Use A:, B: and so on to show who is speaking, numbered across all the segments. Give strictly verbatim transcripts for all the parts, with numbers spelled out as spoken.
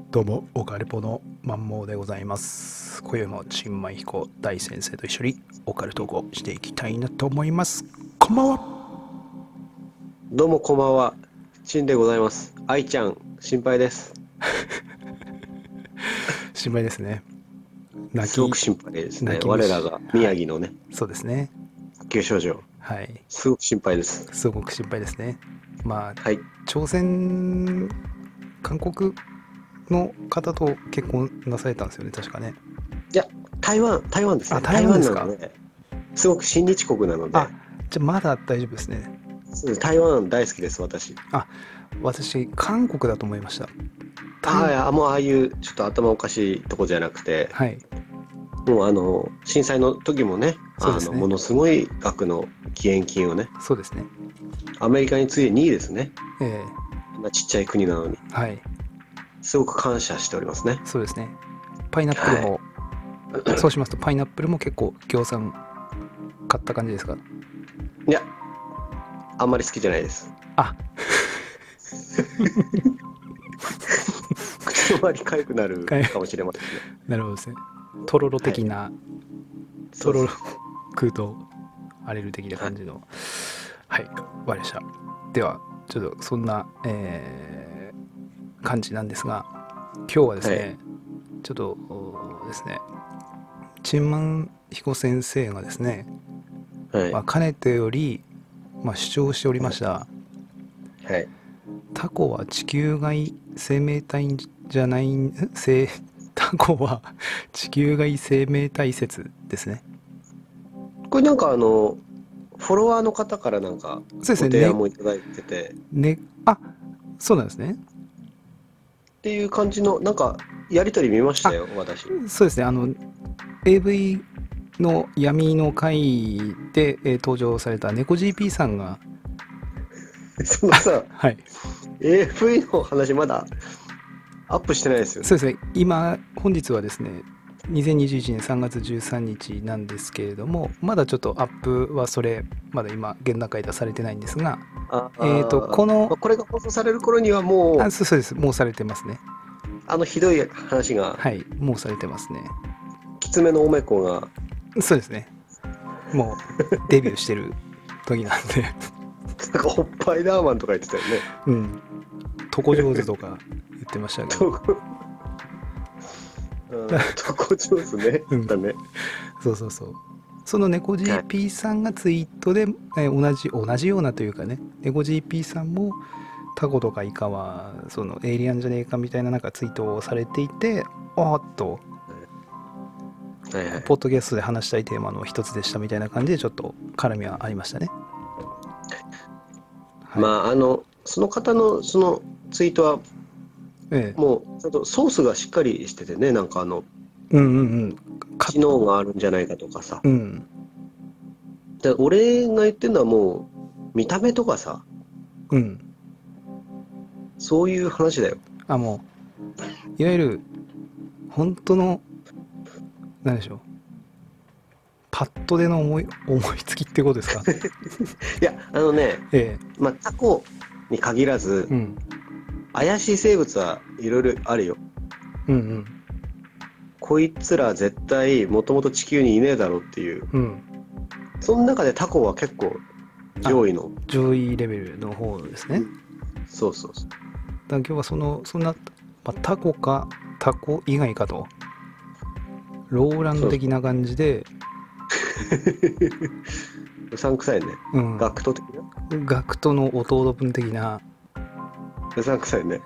A: どうもオカルポのマンモーでございます。今宵も新米彦大先生と一緒にオカルトークをしていきたいなと思います。こんばんは。
B: どうもこんばんは。シンでございます。愛ちゃん、心配です。
A: 心配ですね。泣き
B: すごく心配ですね。
A: 泣き虫。
B: 我らが
A: はい、
B: 宮城のね、
A: そうですね。
B: 旧少女。
A: はい、
B: すごく心配です。
A: すごく心配ですね。まあ
B: はい。
A: 朝鮮韓国の方と結婚なされたんですよね、確かね。
B: いや、台湾、台湾です
A: あ、
B: ね。
A: 台
B: 台湾
A: 湾ですか。
B: なので、すごく親日国なの
A: あ、
B: で、
A: じゃあまだ大丈夫ですね。
B: そうです台湾大好きです、私。
A: あ、私韓国だと思いました。
B: ああ、
A: 台
B: いや、もうああいうちょっと頭おかしいとこじゃなくて、
A: はい、
B: もうあの、震災の時もね、あの、
A: そうですね。
B: ものすごい額の義援金をね、
A: そうですね。
B: アメリカに次いでにいですね。
A: え
B: あんなちっちゃい国なのに。
A: ー、はい、
B: すごく感謝しておりますね。
A: そうですね。パイナップル
B: はい。
A: も、そうしますと、パイナップルも結構、協賛買った感じですか。
B: いや、あんまり好きじゃないです。
A: あ、
B: 口の周り痒くなる
A: かい
B: かもしれませんね。
A: なるほどですね。とろろ
B: はい。
A: 的な、とろろ
B: そうそうそう。
A: 食うと荒れる的な
B: はい。
A: 感じの。はい、わかりました。では、ちょっとそんな、えー感じなんですが、今日はです
B: はい。
A: ね、ちょっとですね、チンマン彦先生がですね、まあ、
B: はい。
A: かねてより、まあ、主張しておりました、
B: はい。
A: タコは地球外生命体じゃないん生タコは地球外生命体説ですね。
B: これなんかあの、フォロワーの方からなんかご提
A: そうですね。ね、
B: 案もいただいてて、っ
A: ね、あ、そうなんですね。
B: ていう感じの、なんか、やりとり見ました
A: あ、
B: よ、私。
A: そうですね。あの エーブイ の闇の回で、えー登場された猫 ジーピー さんが、
B: そのさ、
A: はい、
B: エーブイ の話まだアップしてないですよね。
A: そうですね。今本日はですね、にせんにじゅういちねんさんがつじゅうさんにちなんですけれども、まだちょっとアップはそれまだ今現段階ではされてないんですが、
B: あ
A: えっ、と
B: あ、
A: この
B: まあ、これが放送される頃にはも
A: あ、
B: う、
A: そうそうです。もうされてますね。
B: あのひどい話が、
A: はい、もうされてますね。
B: きつめのおめこが、
A: そうですね。もうデビューしてる時なんで、
B: なんかおっぱいダーマンとか言ってたよね。
A: うん、床上手とか言ってましたけど、
B: とうん、とこ上手ね。
A: うん、
B: だね。
A: そうそうそう。その猫
B: はい。
A: ジーピー さんがツイートで、えー同じ同じようなというかね、猫 ジーピー さんもタコとかイカはそのエイリアンじゃねえかみたいななんかツイートをされていて、あーっと
B: はいはい。
A: ポッドキャストで話したいテーマの一つでしたみたいな感じでちょっと絡みはありましたね。はい。
B: まあ、あの、その方のそのツイートは、
A: ええ、
B: もう、ちょっとソースがしっかりしててね、なんかあの、
A: うんうんうん。か、
B: 知能があるんじゃないかとかさ。
A: うん。
B: で、俺が言ってるのはもう、見た目とかさ、
A: うん。
B: そういう話だよ。
A: あ、もう、いわゆる、本当の、なんでしょう。パッとでの思い、思いつきってことですか。
B: いや、あのね、
A: ええ。
B: まあ、タコに限らず、
A: うん。
B: 怪しい生物はいろいろあるよ。
A: うん
B: こいつら絶対もともと地球にいねえだろうっていう。
A: うん。うん。
B: その中でタコは結構
A: あ、
B: 上位の。
A: 上位レベルの方ですね。
B: うん。そうそうそう。
A: だから今日はその、そんな、まあ、タコか、タコ以外かと、ローランド
B: そうそ
A: 的な感じで、
B: う。うさんくさいね。
A: うん。
B: ガクト的な
A: ガクトの弟分的な、
B: うさんくさいね。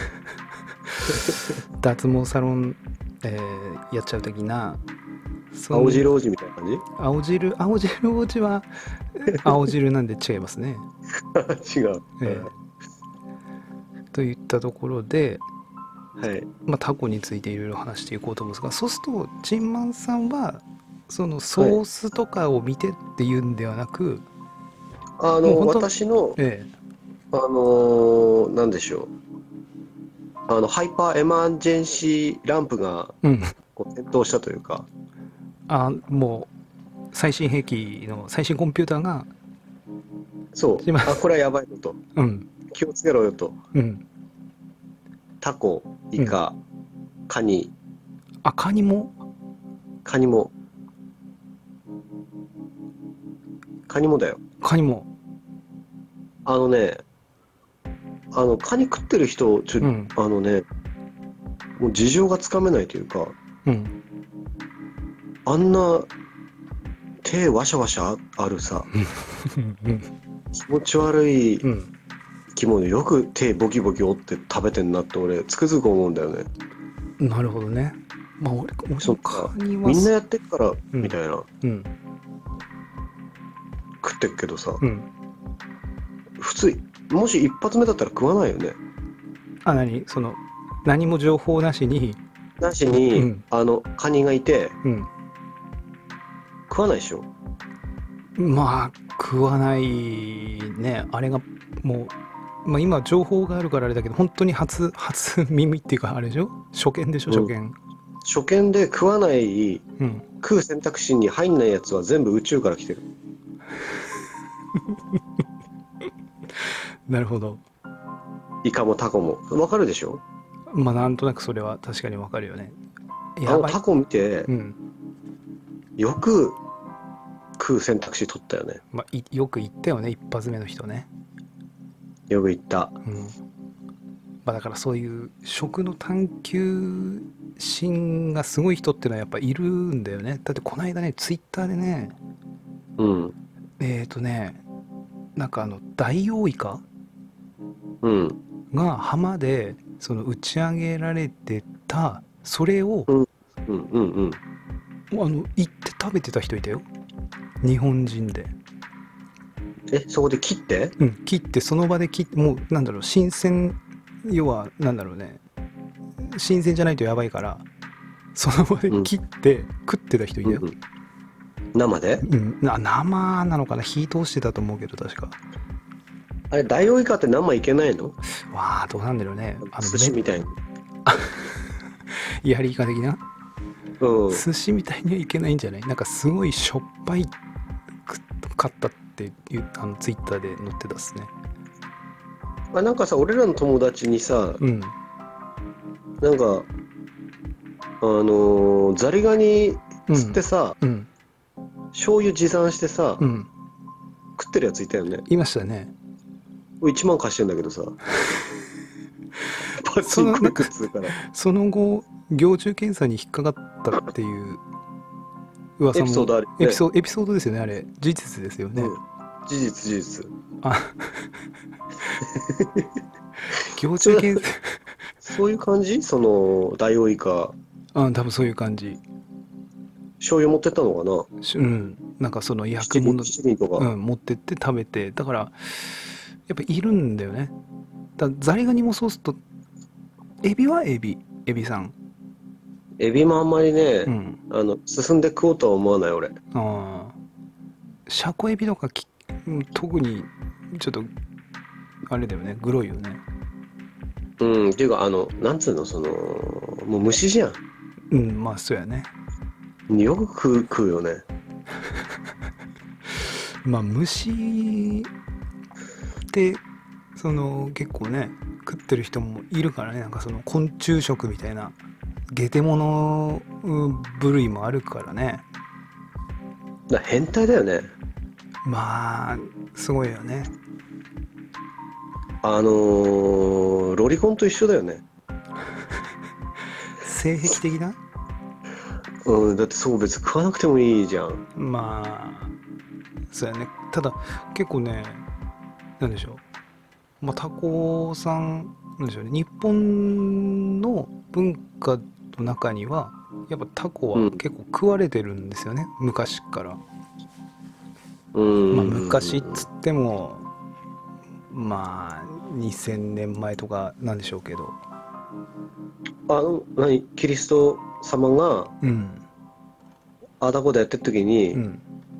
A: 脱毛サロン、えーやっちゃう的な、そん
B: 青白王子みたいな感じ。
A: 青汁、青汁王子は青汁なんで違いますね。
B: 違う。
A: えーといったところで、
B: はい。
A: まあ、タコについていろいろ話していこうと思うんですが、そうするとチンマンさんはその
B: はい。
A: ソースとかを見てっていうんではなく、
B: あの、
A: もう本当、
B: 私の、
A: え
B: あのーなんでしょう。あの、ハイパーエマージェンシーランプが
A: え、うん、
B: こう点灯したというか、
A: あ、もう最新兵器の最新コンピューターがチンマン、
B: そう、あ、これはやばいぞと。
A: うん、
B: 気をつけろよと。
A: うん、
B: タコ、
A: うん、
B: イカ。 カニ、
A: あ、カニも。
B: カニも、カニもだよ。
A: カニも。
B: あのね、あの、カニ食ってる人、ちょ、
A: うん
B: あのね、もう事情がつかめないというか、
A: うん
B: あんな手ワシャワシャあるさ、
A: うん
B: 気持ち悪い
A: うん
B: 生き物、よく手ボキボキ折って食べてんなって俺、つくづく思うんだよね。
A: なるほどね。まあ俺俺も
B: そっか、
A: カニは
B: みんなやってっから、
A: うん
B: みたいな、
A: うん
B: 食ってっけどさ、
A: うん
B: 普通、もし一発目だったら食わないよね。
A: あ、何その何も情報なしに。
B: なしに、
A: うん
B: あの、カニがいて、
A: うん
B: 食わないでしょ。
A: まあ食わないね。あれがもう、まあ、今情報があるからあれだけど本当に初初耳っていうかあれでしょ、初見でしょ、
B: うん
A: 初見。
B: 初見で食わない、
A: うん
B: 食う選択肢に入んないやつは全部宇宙から来てる。
A: なるほど。
B: イカもタコも。わかるでしょ。
A: まあなんとなくそれは確かにわかるよね。
B: あ
A: やばい。
B: のタコ見て
A: う、ん
B: よく食う選択肢取ったよね。
A: まあ、いよく言ったよね、一発目の人ね。
B: よく言った。
A: うんまあ、だからそういう食の探求心がすごい人っていうのはやっぱいるんだよね。だってこの間ね、ツイッターでね、
B: うん。
A: えっとね、なんかあのダイオウイカ
B: うん。
A: が浜でその打ち上げられてた、それを
B: うんうんうん。
A: あの行って食べてた人いたよ、日本人で。
B: え、そこで切って。
A: うん、切ってその場で切って、もうなんだろう、新鮮、要はなんだろうね、新鮮じゃないとやばいからその場で切って食ってた人いたよ。
B: うんうん、生で。
A: うん、な生なのかな、火通してたと思うけど確か。
B: あれ、ダイオウイカって生いけないの？
A: わあどうなんだろうね。あの
B: 寿司みたいに。
A: めやりイカ的な
B: うん。
A: 寿司みたいにはいけないんじゃない？なんかすごいしょっぱいかったっていうあのツイッターで載ってたっすね。
B: あ、なんかさ、俺らの友達にさ、
A: うん
B: なんか、あのーザリガニ釣ってさ、
A: うん
B: 醤油持参してさ、
A: うん
B: 食ってるやついたよね。
A: いましたね。
B: いちまん貸してんだけどさ、パチンコ行くっつうから。
A: その後蟯虫検査に引っかかったっていう噂も。
B: エピソードあるよね。
A: エピソエピソードですよね、あれ事実ですよね。
B: うん、事実事実。
A: あ蟯虫検査
B: そういう感じ？その、ダイオウイカ、
A: あ多分そういう感じ。
B: 醤油持ってったのかな？
A: しうんなんかその焼
B: 七輪、
A: くもの、
B: 七輪とか。
A: うん、持ってって食べて、だからやっぱいるんだよね。だザリガニもそうすると、エビはエビエビさん。
B: エビもあんまりね、
A: うん
B: あの、進んで食おうとは思わない俺。
A: ああシャコエビとかきうん特にちょっとあれだよね、グロいよね。
B: うん、っていうか、あの、なんつうの、その、もう虫じゃん。
A: うんまあそうやね。
B: よく食う、食うよね。
A: まあ虫ってその結構ね食ってる人もいるからね。なんかその昆虫食みたいなゲテモノうん部類もあるからね。
B: だから変態だよね。
A: まあすごいよね。
B: あのー、ロリコンと一緒だよね。
A: 性癖的な。
B: うん、だってそう別に食わなくてもいいじゃん。
A: まあそうやね。ただ結構ね、なんでしょう、まあタコさんなんでしょうね、日本の文化の中にはやっぱタコは結構食われてるんですよね、昔から。
B: うん。
A: まあ昔っつってもまあにせんねんまえとかなんでしょうけど。
B: あの、何、キリスト様が
A: うん
B: あだこだやってる時に、
A: うん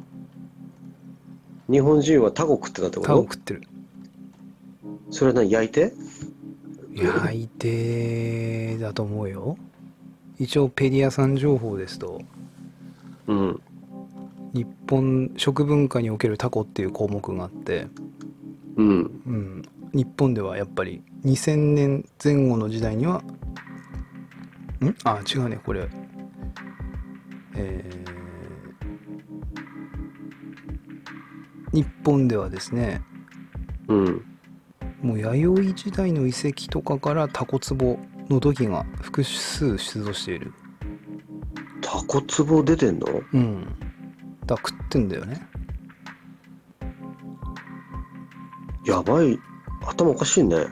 B: 日本人はタコ食ってたってこ
A: タコ
B: と？
A: 食ってる。
B: それは何、焼いて？
A: 焼いてだと思うよ。一応ペディアさん情報ですと、
B: うん。
A: 日本食文化におけるタコっていう項目があって、
B: うん。
A: うん、日本ではやっぱりにせんねんぜん後の時代にはんあ違うねこれえー、日本ではですね
B: うん。
A: もう弥生時代の遺跡とかからタコツボの土器が複数出土している。
B: タコツボ出てんの？
A: うんだから食ってんだよね。
B: やばい。頭おかしいね。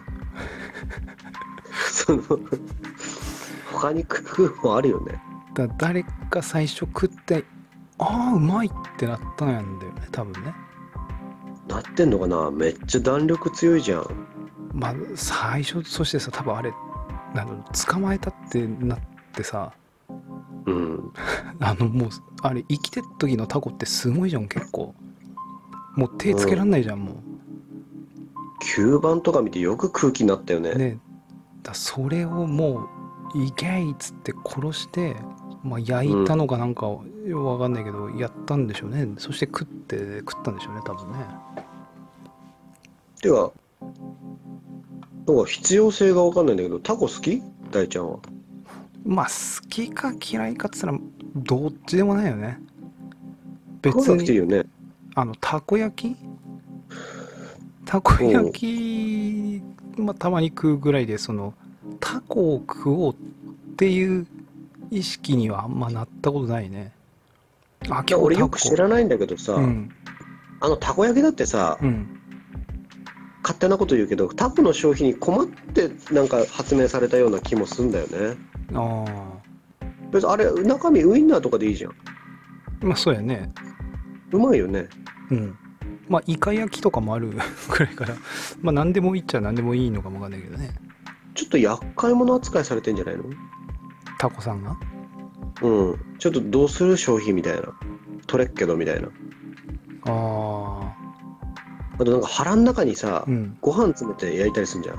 B: その、他に工夫もあるよね。
A: だから誰か最初食ってああうまいってなったんやんだよね多分ね。
B: なってんのかな？めっちゃ弾力強いじゃん。
A: まあ最初そしてさ多分あれなんだろう捕まえたってなってさ
B: うん。
A: あのもうあれ生きてる時のタコってすごいじゃん結構。もう手つけらんないじゃん、も
B: 吸盤とか見てよく空気になったよね。
A: うね。だそれをもういけいっつって殺してまあ焼いたのかなんかよくわかんないけど、やったんでしょうね。そして食って食ったんでしょうね多分ね。
B: では、なんか必要性がわかんないんだけど、タコ好き？大ちゃんは。
A: まあ好きか嫌いかっつったらどっちでもないよね
B: 食わ
A: 別に。
B: なくていいよね。
A: あのたこ焼きたこ焼き、まあ、たまに食うぐらいで、そのタコを食おうっていう意識にはあんまなったことないね。あ
B: いや、俺よく
A: タコ
B: 知らないんだけどさ、
A: うん
B: あのたこ焼きだってさ、
A: うん
B: 勝手なこと言うけど、タコの消費に困ってなんか発明されたような気もするんだよね。
A: あ
B: 別にあれ、中身ウインナーとかでいいじゃん。
A: あまあそうやね。
B: うまいよね。
A: うんまあイカ焼きとかもあるくらいからまあ何でもいいっちゃ何でもいいのかもわかんないけどね。
B: ちょっと厄介者扱いされてんじゃないの？
A: タコさんが
B: うん。ちょっとどうする消費みたいな。取れっけどみたいな。
A: あ
B: あとなんか腹の中にさ、
A: あうん
B: ご飯詰めて焼いたりすんじゃん。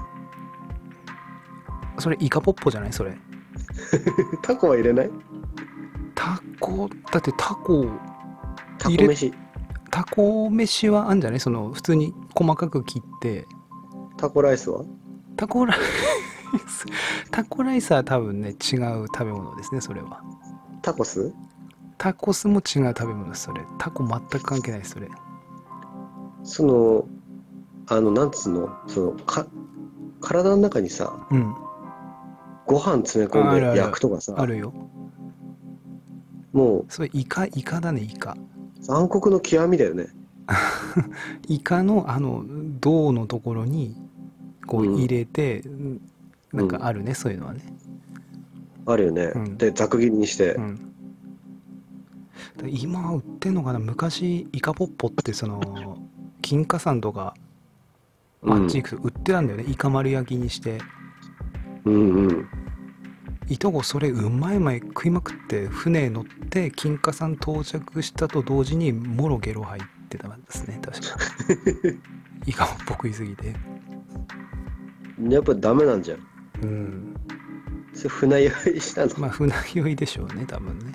A: それイカポッポじゃないそれ。
B: タコは入れない？
A: タコだってタコ
B: タコ飯。
A: タコ飯はあんじゃないその普通に細かく切って
B: タコライスは？
A: タコライスタコライスは多分ね違う食べ物ですねそれは。
B: タコス？
A: タコスも違う食べ物ですそれ。タコ全く関係ないですそれ。
B: その、あの、なんつうの、その、か、体の中にさ、
A: うん
B: ご飯詰め込んで
A: あるある
B: 焼くとかさ、
A: あるよ。
B: も
A: それイカイカだねイカ。
B: う残酷の極みだよね。
A: イカのあの胴のところにこう
B: うん
A: 入れて、うんなんかあるね、そういうのはね。
B: あるよね。
A: うん
B: で、ざく切りにして。
A: うんで今売ってんのかな。昔イカポッポってその金華山とかあ
B: うん
A: っち行くと売ってたんだよね、イカ丸焼きにして。
B: うんうん。
A: いとこそれうまいうまい食いまくって船乗って金華山到着したと同時にもろゲロ入ってたんですね確かイカポッポ食いすぎて。
B: やっぱダメなんじゃん。
A: うん
B: それ船酔いしたの？
A: まあ船酔いでしょうね多分ね。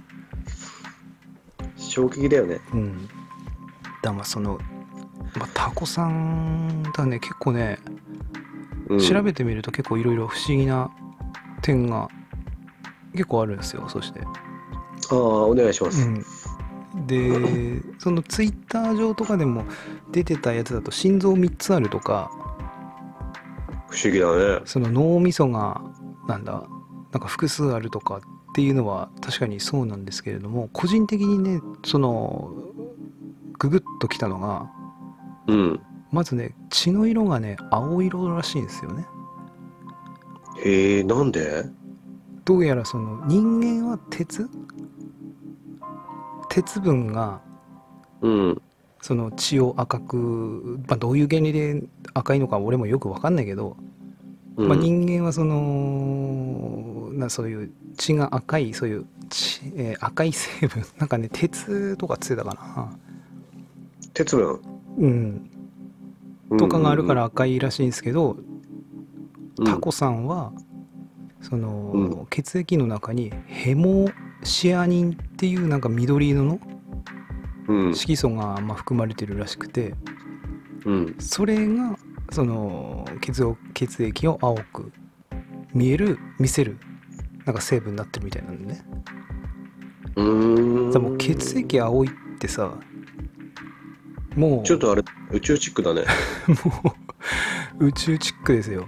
B: 衝撃だよね。
A: うんだまあその、まあ、タコさんだね結構ね、
B: うん、
A: 調べてみると結構いろいろ不思議な点が結構あるんですよ。そして、
B: ああ、お願いします。
A: うん、でそのツイッター上とかでも出てたやつだと心臓みっつあるとか、
B: 不思議だね。
A: その脳みそがなんだなんか複数あるとかっていうのは確かにそうなんですけれども、個人的にねそのググッときたのが
B: うん。
A: まずね血の色がね青色らしいんですよね。
B: へえ、なんで？
A: どうやらその人間は鉄鉄分が
B: うん。
A: その血を赤く、まあ、どういう原理で赤いのか俺もよく分かんないけど、
B: うん、
A: まあ、人間はそのなそういう血が赤いそういう血、えー赤い成分なんかね鉄とかついたかな、
B: 鉄分
A: うん、とかがあるから赤いらしいんですけど、
B: うん、
A: タコさんはその、
B: うん、
A: 血液の中にヘモシアニンっていうなんか緑色の
B: うん、
A: 色素がまあ含まれてるらしくて、
B: うん、
A: それがその血を血液を青く見える見せるなんか成分になってるみたいなんでね。
B: うーん。
A: だもう血液青いってさ、もう
B: ちょっとあれ、宇宙チックだね。
A: もう宇宙チックですよ。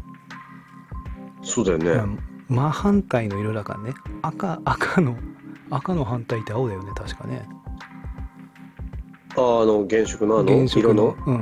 B: そうだよね。
A: まあ真反対の色だからね。赤赤の赤の反対って青だよね、確かね。
B: あー、あの原色のあの
A: 原色
B: 色の。
A: うん。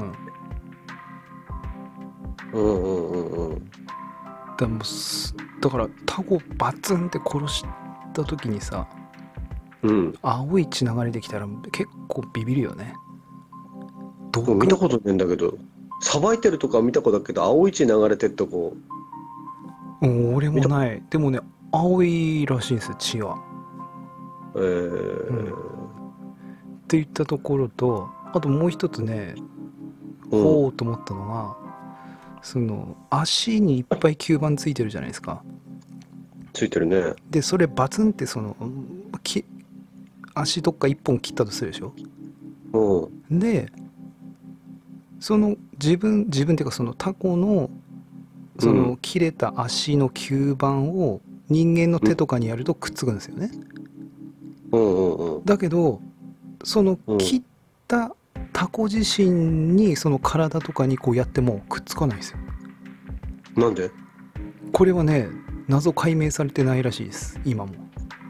B: うんうんうんうん。
A: だもうすだからタコバツンって殺した時にさ、
B: うん。
A: 青い血流れてきたら結構ビビるよね。
B: もう見た
A: 毒。
B: ことねえんだけど、さばいてるとかは見たことだけど、青い血流れてるとこ、
A: うん俺
B: 見た。
A: もない。でもね、青いらしいんですよ、血は。
B: えー
A: うんっていったところと、あともう一つね、
B: うん
A: ほうと思ったのが、その足にいっぱい吸盤ついてるじゃないですか。
B: ついてるね。
A: でそれバツンってそのき足どっか一本切ったとするでしょ。
B: うん
A: でその自分自分っていうかそのタコのその切れた足の吸盤を人間の手とかにやるとくっつくんですよね。
B: うんうんうん
A: だけどその
B: うん。
A: 切ったタコ自身にその体とかにこうやってもくっつかないんですよ。
B: なんで？
A: これはね、謎解明されてないらしいです今も。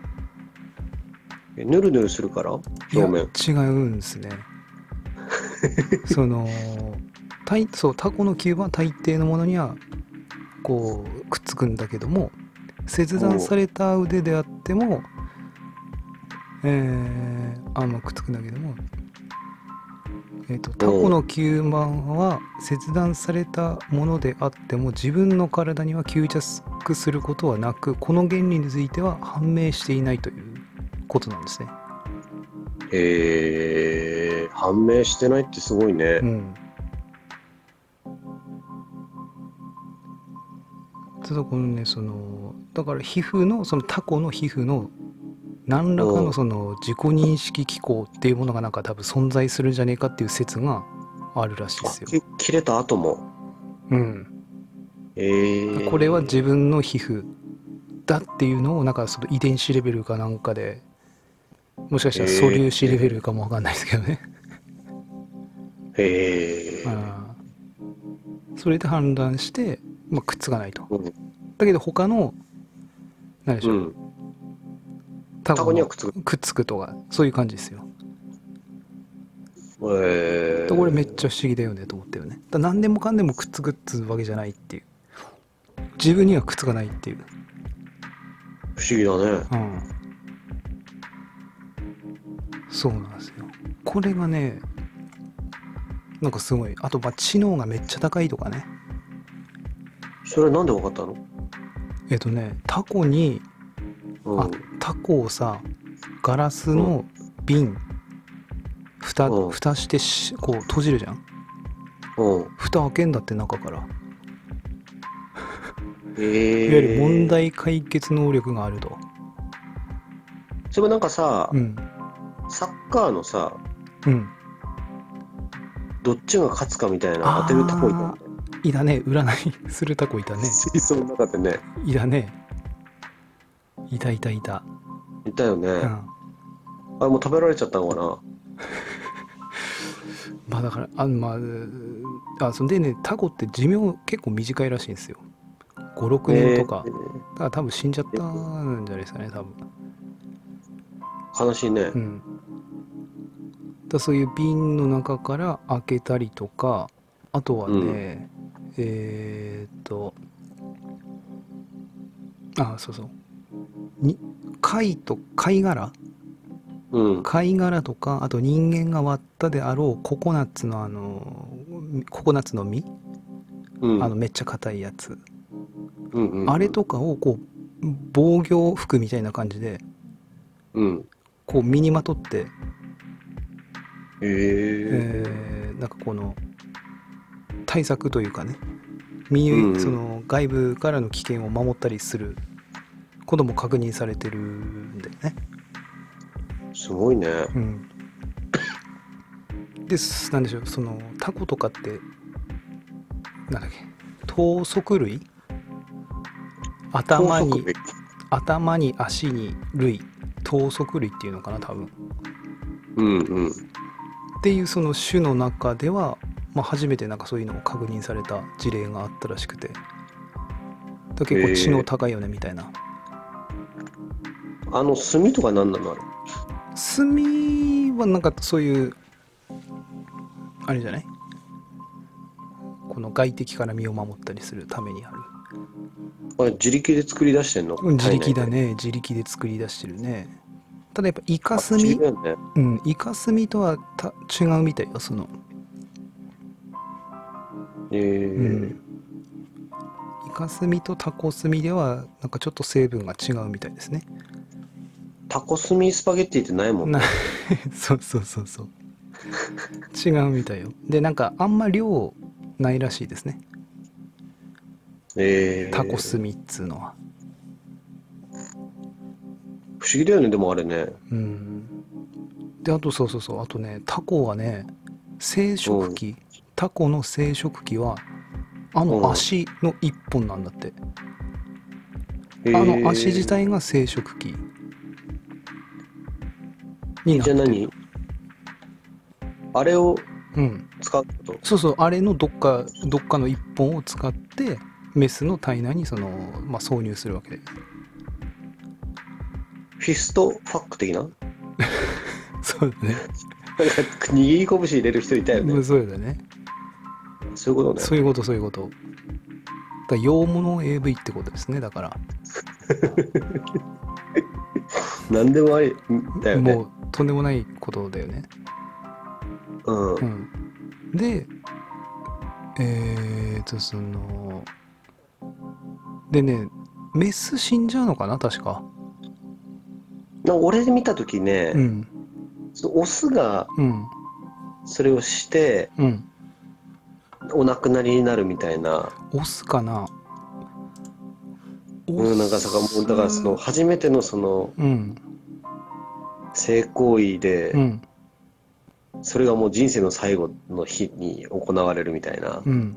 B: え、ヌルヌルするから
A: いや
B: 表面。
A: 違うんですね。その大そうタコの吸盤は大抵のものにはこうくっつくんだけども、切断された腕であっても、えー、あのくっつくんだけども、えーと、タコの吸盤は切断されたものであっても自分の体には吸着することはなく、この原理については判明していないということなんですね。
B: えー、判明してないってすごいね。
A: うん。ただこのね、そのだから皮膚のそのタコの皮膚の何らかのその自己認識機構っていうものがなんか多分存在するんじゃねえかっていう説があるらしいですよ。
B: き切れた後も。
A: うん。
B: えー、
A: これは自分の皮膚だっていうのをなんかその遺伝子レベルかなんかで、もしかしたら素粒子レベルかもわかんないですけどね。
B: えー、
A: あそれで判断して、まあ、くっつかないと。
B: うん
A: だけど他の何でしょう、
B: うん、
A: タコの
B: タコにはくっつく。
A: くっつくとかそういう感じですよ。
B: えー、
A: これめっちゃ不思議だよねと思ったよね。だ何でもかんでもくっつくっつうわけじゃないっていう、自分にはくっつかないっていう。
B: 不思議だね。
A: うん、そうなんですよ。これがね、なんかすごい。あとまあ知能がめっちゃ高いとかね。
B: それはなんでわかったの？
A: えっとね、タコに、あ、
B: うん
A: タコをさ、ガラス
B: うん
A: の瓶、蓋、
B: うん
A: 蓋してしこう閉じるじゃん。
B: うん。
A: 蓋開けんだって中から。いわ
B: えー、
A: ゆる問題解決能力があると。
B: それもなんかさ、
A: うん。
B: サッカーのさ、
A: うん。
B: どっちが勝つかみたいな当てるタコいたんだよ。
A: いたね。占いするタコいたね。
B: 水槽の中でね。
A: いたね。いたいたいた。
B: いたよね。
A: うん。
B: あれもう食べられちゃったのかな。
A: まあだからあまああそんでね、タコって寿命結構短いらしいんですよ。ごろくねんとか。
B: えー
A: だから多分死んじゃったんじゃないですかね、多分。
B: 悲しいね。
A: うん。だそういう瓶の中から開けたりとか、あとはね、
B: うん
A: えーっとあそうそうに貝と貝殻
B: うん
A: 貝殻とか、あと人間が割ったであろうココナッツのあのココナッツの実、
B: うん
A: あのめっちゃ硬いやつ、
B: うんうん。
A: あれとかをこう防御服みたいな感じで
B: うん。
A: こう身にまとって、
B: えー、
A: えーなんかこの対策というかね、身
B: うん
A: その外部からの危険を守ったりすることも確認されてるんだよね。
B: すごいね。
A: うん。ですなんでしょう、そのタコとかってなんだっけ、頭足類、頭に
B: 高速
A: 頭に足に類、頭足類っていうのかな多分。
B: うんうん。
A: っていうその種の中では、まあ、初めてなんかそういうのを確認された事例があったらしくて、だから結構知能高いよねみたいな。
B: あの墨とか何なのあれ？
A: 墨はなんかそういうあれじゃない、この外敵から身を守ったりするためにある。
B: あれ自力で作り出してんの？
A: うん自力だ
B: 体内で。
A: ね、自力で作り出してるね。ただやっぱイカ
B: あ、不思議
A: 墨、
B: だよね。
A: うんイカ墨とはた違うみたいよ、その、
B: えー、
A: うんイカ墨とタコ墨ではなんかちょっと成分が違うみたいですね。
B: タコ墨スパゲッティってないもん
A: な
B: ね。
A: そうそうそうそう、違うみたいよ。でなんかあんま量ないらしいですね、タコ
B: えー、
A: 墨っつうのは。
B: 不思議だよね、でもあれね。
A: うんであとそうそうそう、あとねタコはね、生
B: うん。
A: 殖器、タコの生殖器はあの
B: うん。
A: 足の一本なんだって。
B: え
A: あの足自
B: ー、
A: 体が生殖器に
B: え、
A: なってる。
B: じゃあ何あれを
A: うん
B: 使うこと？
A: そうそう、あれのどっかどっかの一本を使ってメスの体内にその、まあ、挿入するわけで。
B: フィストファック的な？なんか
A: そうだね。
B: 握り拳入れる人いたよね。
A: うんそうだね。
B: そういうことね。
A: そういうことそういうこと。だから洋物 エーブイ ってことですね、だから。
B: 何でもありだよね。
A: もうとんでもないことだよね。
B: うん。
A: うんでえーとそのでね、メス死んじゃうのかな確か。
B: なんか俺で見たときね、
A: うん
B: そのオスが
A: うん
B: それをして
A: うん
B: お亡くなりになるみたいな。
A: オスかな。オ
B: うん、なんかさ、もう
A: ス
B: だからその初めてのその
A: うん
B: 性行為で、
A: うん
B: それがもう人生の最後の日に行われるみたいな。だか
A: うん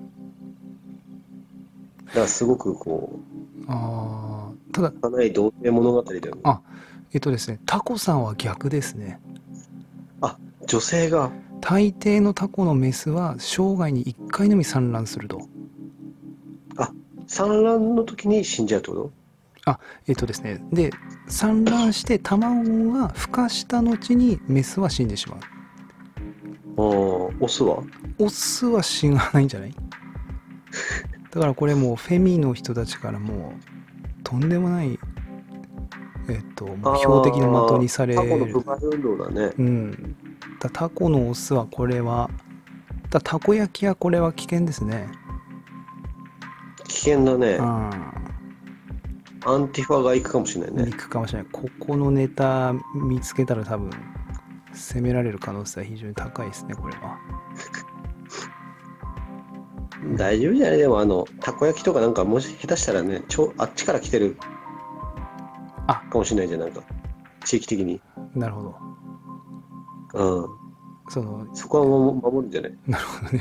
B: らすごくこ
A: あーただ
B: う、幼い童貞物語だよね。
A: あえっとですねタコさんは逆ですね。
B: あ、女性が、
A: 大抵のタコのメスは生涯にいっかいのみ産卵すると。
B: あ、産卵の時に死んじゃうってこ
A: あえっとですねで産卵して卵が孵化した後にメスは死んでしまう。
B: と？ああ、オスは？
A: オスは死なないんじゃない。だからこれもうフェミの人たちからもうとんでもないえっともう標的の的
B: ああ、
A: にされ
B: タコの不
A: る。
B: 買運動だね。
A: うんだタコのオスはこれはだたこ焼きはこれは危険ですね。
B: 危険だね。
A: うん
B: アンティファが行くかもしれないね。
A: 行くかもしれない。ここのネタ見つけたら多分攻められる可能性は非常に高いですねこれは。
B: 大丈夫じゃない？でもあの、たこ焼きとかなんかもし下手したらね、ちょあっちから来てる
A: あ
B: かもしれないじゃん、なんか。地域的に。
A: なるほど。
B: うん。
A: その
B: そこはもう守るんじゃない？
A: なるほどね。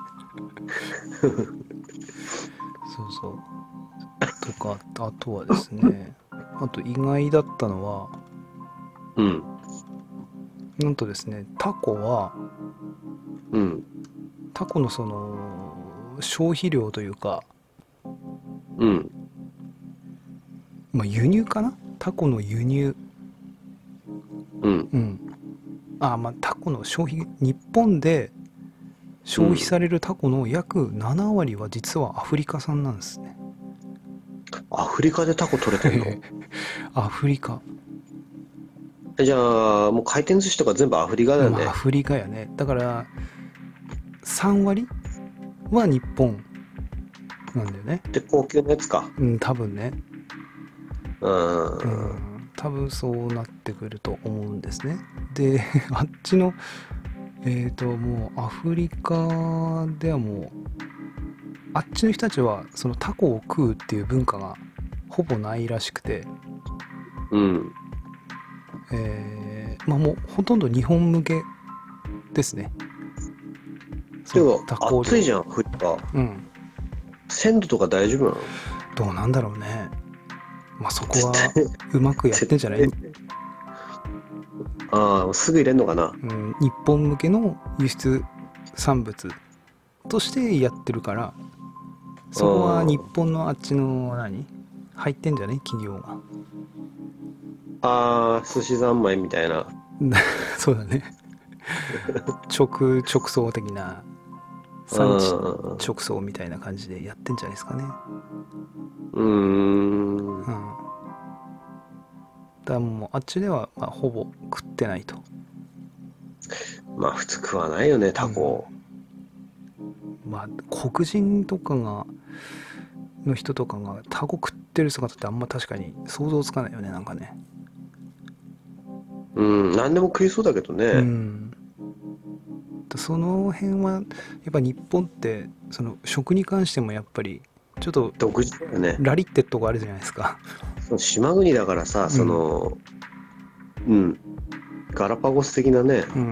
A: そうそうとかあとはですね、あと意外だったのは
B: うん。
A: なんとですねタコは
B: うん。
A: タコのその消費量というか、
B: うん。
A: まあ、輸入かな、タコの輸入。
B: うん。
A: うんあまあタコの消費、日本で消費されるタコの約なな割は実はアフリカ産なんですね。
B: アフリカでタコ取れてんの？
A: アフリカ。
B: えじゃあ、もう回転寿司とか全部アフリカだよね。
A: まあアフリカやね。だからさん割は日本なんだよね。
B: で、高級なやつか。
A: うん多分ね。
B: う。
A: うんん多分そうなってくると思うんですね。であっちのえっ、ともうアフリカではもうあっちの人たちはそのタコを食うっていう文化がほぼないらしくて、
B: うん。
A: えーまあもうほとんど日本向けですね。その
B: でも、
A: タコ料理。
B: 暑いじゃん、アフリカ。
A: うん
B: 鮮度とか大丈夫なの？
A: どうなんだろうね。 まあそこはうまくやってんじゃない、
B: ああ、すぐ入れんのかな。
A: うん、日本向けの輸出産物としてやってるから、そこは日本のあっちの何入ってんじゃね企業が。
B: ああ、寿司三昧みたいな。
A: そうだね。直直送的な産地直送みたいな感じでやってんじゃないですかね。
B: うーん。
A: うん。だからもうあっちではまあほぼ食ってないと。
B: まあ普通食わないよね、タコ。
A: うん、まあ黒人とかがの人とかがタコ食ってる姿ってあんま確かに想像つかないよね、なんかね。
B: うん、何でも食いそうだけどね。
A: うん。その辺はやっぱ日本ってその食に関してもやっぱりちょっと
B: 独自だよね。
A: ラリってとこあるじゃないですか。
B: その島国だからさ、その、うん、うん、ガラパゴス的なね、
A: うん、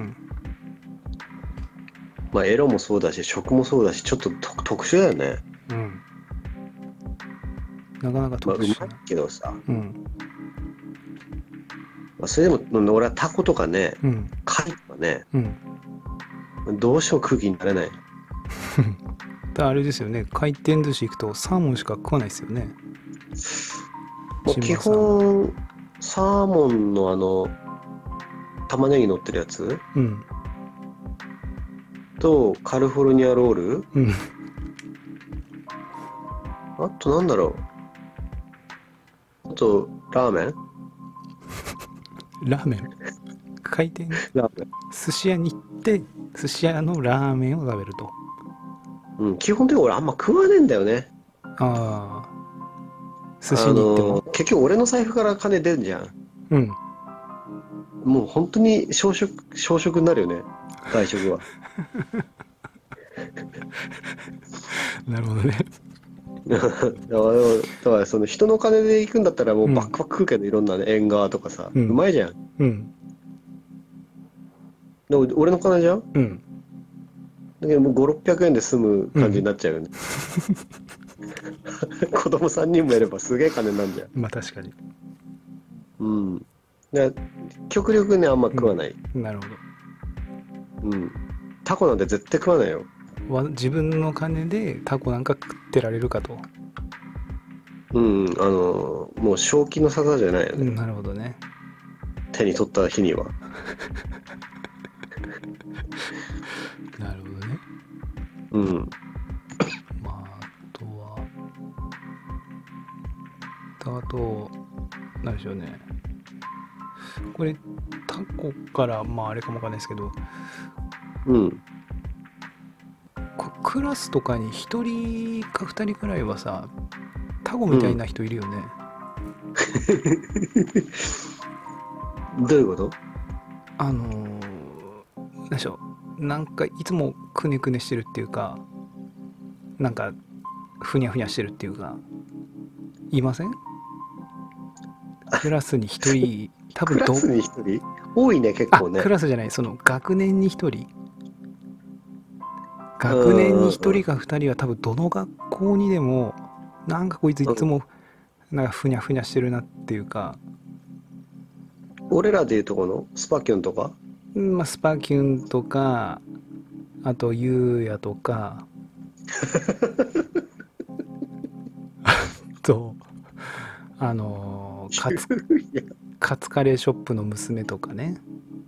B: まあエロもそうだし、食もそうだし、ちょっと特殊だよね。
A: うん。なかなか特殊な。
B: まあ、うまいけどさ、
A: うん。
B: まあ、それでも俺はタコとかね、
A: うん、
B: 貝とかね、
A: うん。
B: どうしても空気になれない。
A: だあれですよね、回転寿司行くとサーモンしか食わないですよね。
B: もう基本サーモンのあの玉ねぎ乗ってるやつ、
A: うん、
B: とカリフォルニアロール、
A: うん、
B: あとなんだろう、あとラーメン
A: ラーメン回転
B: ラーメン
A: 寿司屋に行って寿司屋のラーメンを食べると。
B: うん、基本的に俺あんま食わねえんだよね。
A: ああ、寿司に行っても、あの
B: ー、結局俺の財布から金出るじゃん。
A: うん、
B: もう本当に小食小食になるよね、外食は。
A: なるほどね。
B: だからだからその人の金で行くんだったらもうバックバック食うけど、いろんなね縁側とかさ、
A: うん、
B: うまいじゃん。
A: うん、
B: でも俺の金じゃん。
A: うん。
B: だけどもうごろっぴゃくえんで済む感じになっちゃうよね。うん、子供さんにんもいればすげえ金になるじゃん。
A: まあ確かに。
B: うん。だから極力ねあんま食わない。
A: うん、なるほ
B: ど。うん。タコなんて絶対食わないよ。
A: 自分の金でタコなんか食ってられるかと。
B: うん、あのもう正気の沙汰じゃないよね。
A: うん、なるほどね。
B: 手に取った日には。
A: なるほどね。
B: うん。
A: まああとはあと何でしょうね。これタコからまああれかもわかんないですけど、
B: うん。
A: クラスとかにひとりかふたりくらいはさタコみたいな人いるよね。
B: うん、どういうこと？
A: あのー、何でしょう、なんかいつもくねくねしてるっていうか、なんかふにゃふにゃしてるっていうか、いません？クラスにひとり、多分
B: クラスにひとり多いね、結構ね。
A: あ、クラスじゃない、その学年にひとり、学年にひとりかふたりは多分どの学校にでもなんかこいついつもなんかふにゃふにゃしてるなっていうか。
B: 俺らでいうとこのスパキュンとか、
A: まあ、スパキュンとか、あとユーヤとかあとあのー、カツカツカレーショップの娘とかね。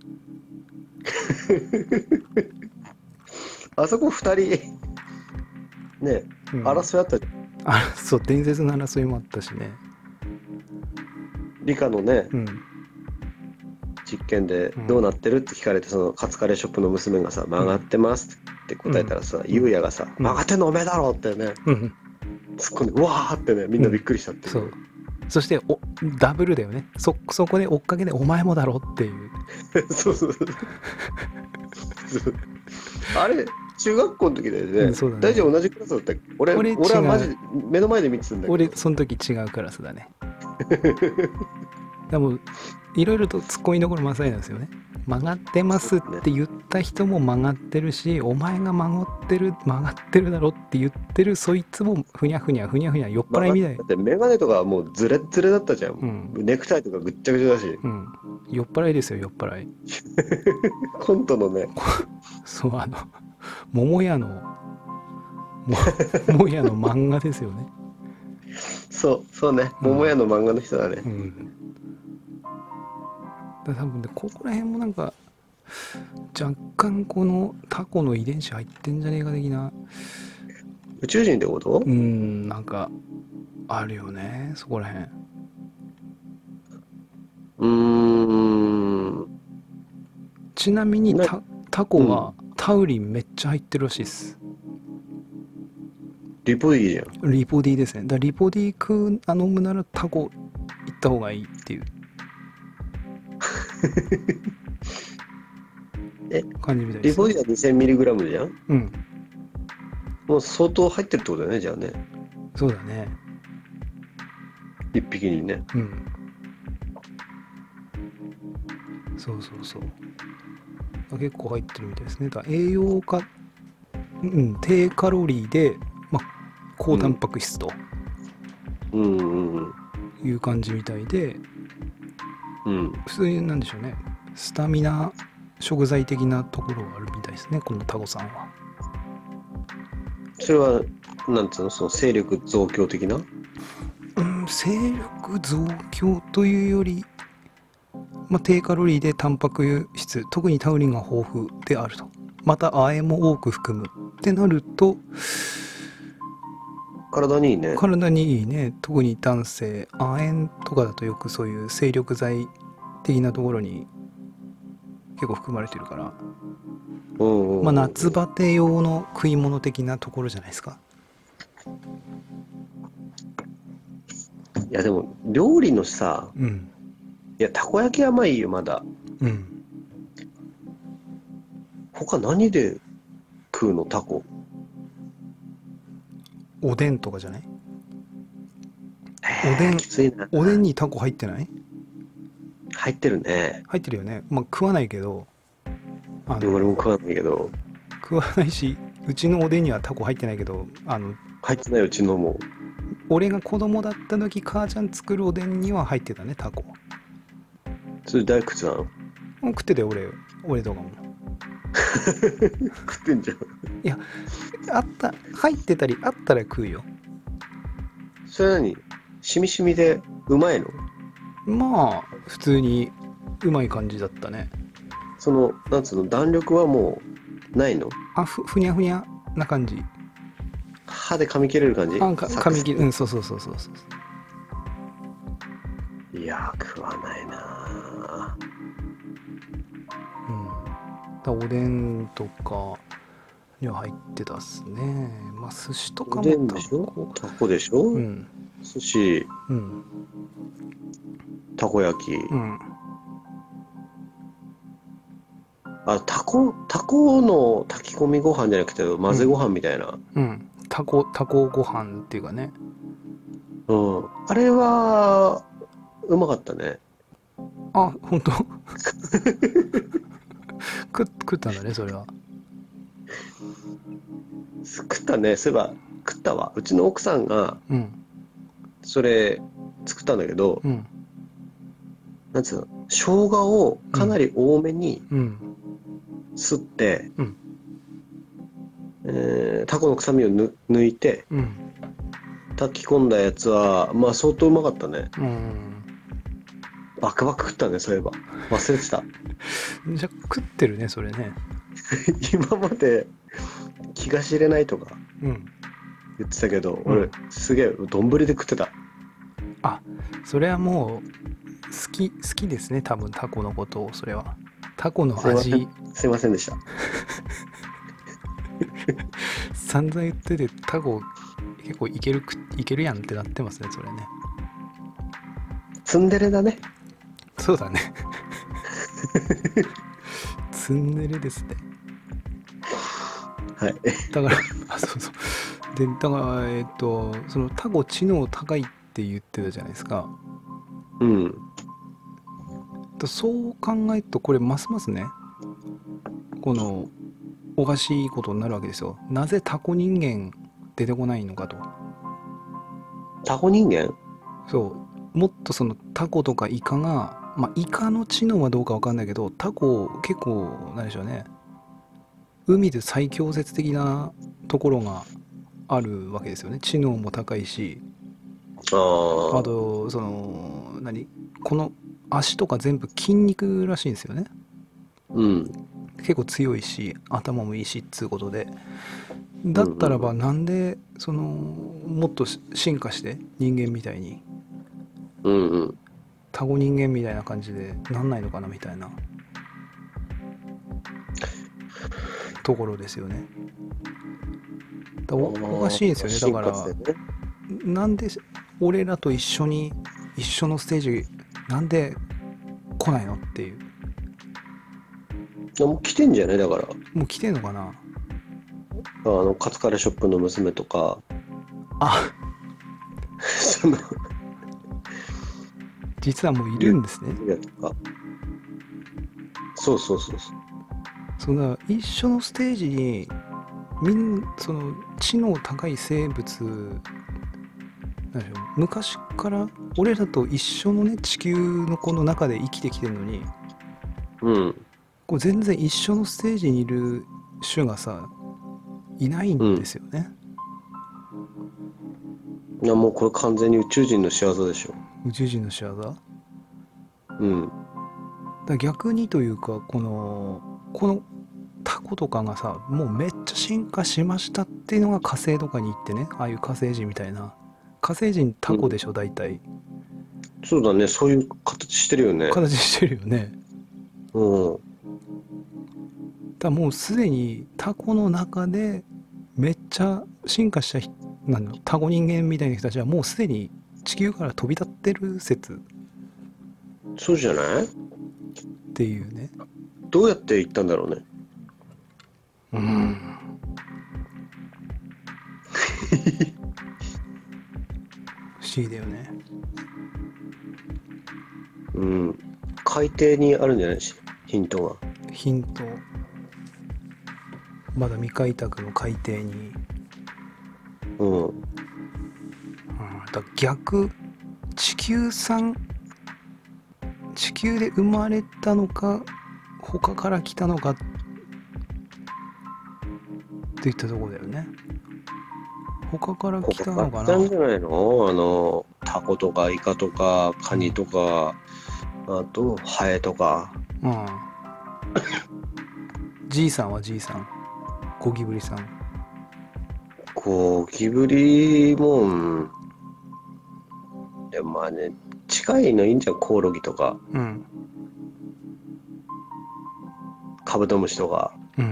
B: あそこふたりね、うん、争いあったじゃん。
A: あ、そう、伝説の争いもあったしね。
B: 理科のね、
A: うん、
B: 実験でどうなってるって聞かれて、そのカツカレーショップの娘がさ、曲がってますって答えたらさ、うん、ゆうやがさ、曲がってんのおめえだろってね、うん、突っ込んでうわーってね、みんなびっくりしたっていう、
A: うん、そう。そしておダブルだよね。そそこで追っかけでお前もだろっていう
B: そうそうそうあれ中学校の時だよね。うん、そうだね。大丈夫、同じクラスだったっけ？俺俺はマジ目の前で見てたんだけど。
A: 俺その時違うクラスだね。 でもいろいろとツッコミどころ満載なんですよね。曲がってますって言った人も曲がってるし、お前が曲がってる曲がってるだろって言ってるそいつもふにゃふにゃふにゃふにゃ酔っ払いみたい。
B: だってメガネとかもうズレッズレだったじゃん、
A: うん、
B: ネクタイとかぐっちゃぐちゃだし、
A: うん、酔っ払いですよ酔っ払い。
B: コントのね
A: そうあの桃屋のも桃屋の漫画ですよね。
B: そうそうね、
A: うん
B: 桃屋の漫画の人だね。
A: うん。だ多分ねここら辺もなんか若干このタコの遺伝子入ってんじゃねえか的な。
B: 宇宙人ってこと？
A: うんなんかあるよねそこら辺。
B: うーん。
A: ちなみに
B: な
A: タタコはタウリンめっちゃ入ってるらしいです。
B: リポディじゃん。
A: リポディですね。だからリポディ食うあ飲むならタコ行った方がいいっていう
B: え
A: 感じみたいです。
B: リポディは にせんミリグラム じゃん。
A: うん。
B: もう相当入ってるってことだよね、じゃあね。
A: そうだね。
B: 一匹にね。
A: うん。そうそうそう。結構入ってるみたいですね。だから栄養価、うん、低カロリーで、まあ、高タンパク質と
B: うんうんうん
A: いう感じみたいで、
B: うん。
A: 普通になんでしょうね。スタミナ食材的なところがあるみたいですね、このタコさんは。
B: それは、なんつうの、その勢力増強的な？
A: うん、勢力増強というより、まあ、低カロリーでタンパク質、特にタウリンが豊富であると。また亜鉛も多く含むってなると
B: 体にいいね。
A: 体にいいね。特に男性亜鉛とかだとよくそういう精力剤的なところに結構含まれてるから、
B: うんうんうん、
A: まあ夏バテ用の食い物的なところじゃないですか。
B: いやでも料理のさ、
A: うん。
B: いやたこ焼きはまあいいよまだ。
A: うん。
B: 他何で食うの？タコ？
A: おでんとかじゃない？おでん、
B: きついな。
A: おでんにタコ入ってない？
B: 入ってるね。
A: 入ってるよね。まあ食わないけど、あの
B: 俺も食わないけど。
A: 食わないし、うちのおでんにはタコ入ってないけど、あの
B: 入ってないうちのも。
A: 俺が子供だった時母ちゃん作るおでんには入ってたね、タコ。
B: それ大屈なの？
A: うん食ってて俺俺とかも。
B: 食ってんじゃん。
A: いやあった入ってたりあったら食うよ。
B: それ何？しみしみでうまいの？
A: まあ普通にうまい感じだったね。
B: そのなんつうの弾力はもうないの？
A: あふふにゃふにゃな感じ。
B: 歯で噛み切れる感じ？
A: あか噛み切る。うんそうそうそうそうそう。
B: いやー食わないなー。
A: うんだおでんとかには入ってたっすね。まあ寿司とかも
B: おでんでしょ？タコでしょ？
A: うん。
B: 寿司、
A: うん。
B: たこ焼き。
A: うん。
B: あ、タコ、タコの炊き込みご飯じゃなくて混ぜご飯みたいな。
A: うん。タコ、タコご飯っていうかね。
B: うん。あれは、うまかったね。
A: あ、ほんと食食ったんだね、それは。
B: 食ったね。そういえば、食ったわ。うちの奥さんが、
A: うん。
B: それ、作ったんだけど、
A: うん。
B: なんつうの、生姜をかなり多めに
A: うん。
B: すって、
A: うん
B: えータコの臭みをぬ抜いて、
A: うん。
B: 炊き込んだやつは、まあ相当うまかったね。
A: うん。
B: バクバク食ったね、そういえば。忘れてた。
A: じゃあ食ってるね、それね。
B: 今まで気が知れないとか
A: うん。
B: 言ってたけど、
A: うん
B: 俺すげえ丼で食ってた。
A: あ、それはもう好き好きですね、多分タコのことを。それはタコの
B: すいません
A: 味
B: すいませんでした。
A: 散々言っててタコ結構いけるくいけるやんってなってますね、それね。
B: ツンデレだね。
A: そうだねツンデレですね。
B: はい
A: だからあそうそうでだからえっとそのタコ知能高いって言ってたじゃないですか。
B: うん
A: だそう考えるとこれますますねこのおかしいことになるわけですよ。なぜタコ人間出てこないのかと。
B: タコ人間？
A: そうもっとそのタコとかイカが、まあイカの知能はどうかわかんないけど、タコ結構なんでしょうね、海で最強説的なところがあるわけですよね。知能も高いし、
B: あ
A: あ
B: あ。
A: とその何この足とか全部筋肉らしいんですよね。
B: うん。
A: 結構強いし頭もいいしっつうことで、だ
B: うんうんうん。
A: ったらばなんでそのもっと進化して人間みたいに
B: うんうん。
A: タコ人間みたいな感じでなんないのかなみたいなところですよね。だおおか
B: ああ、
A: しいんですよね。だ
B: 進
A: から
B: 化してね。
A: なんで俺らと一緒に一緒のステージなんで来ないのっていう。
B: いやもう来てんじゃないだから。
A: もう来てんのかな。
B: あの、カツカレーショップの娘とか、
A: あ、
B: その、
A: 実はもういる
B: ゆ
A: んですね。
B: ゆやとか。そうそうそうそう。
A: その一緒のステージにみんその知能高い生物なんでしょう、昔から俺らと一緒のね地球のこの中で生きてきてるのに、
B: うん。
A: こう全然一緒のステージにいる種がさいないんで
B: うん。
A: すよね。
B: いやもうこれ完全に宇宙人の仕業でしょ。
A: 宇宙人の仕業だか
B: うん。
A: ら逆にというか、このこのタコとかがさもうめっちゃ進化しましたっていうのが火星とかに行ってね、ああいう火星人みたいな、火星人タ
B: うん。
A: コでしょ大体。
B: そうだね。そういう形してるよね。
A: 形してるよね。
B: うん。
A: だからもうすでにタコの中でめっちゃ進化した人なんだろう、タコ人間みたいな人たちはもうすでに地球から飛び立ってる説っ
B: そうじゃない？
A: ていうね。
B: どうやって行ったんだろうね。
A: うん、不思議だよね。
B: うん。海底にあるんじゃないし、ヒントが。
A: ヒント、まだ未開拓の海底に、うん、
B: うん。
A: だ逆、地球産、地球で生まれたのか他から来たのかっていったところだよね。他から来
B: ここ
A: たのかな。
B: から来たんじゃないの？あの、タコとかイカとかカニとか、あとハエとか。
A: うん、じいさんはじいさん、ゴキブリさん。
B: ゴキブリも、うん、でもまあね、近いのいいんじゃん。コオロギとか、
A: うん、
B: カブトムシとか。
A: うん。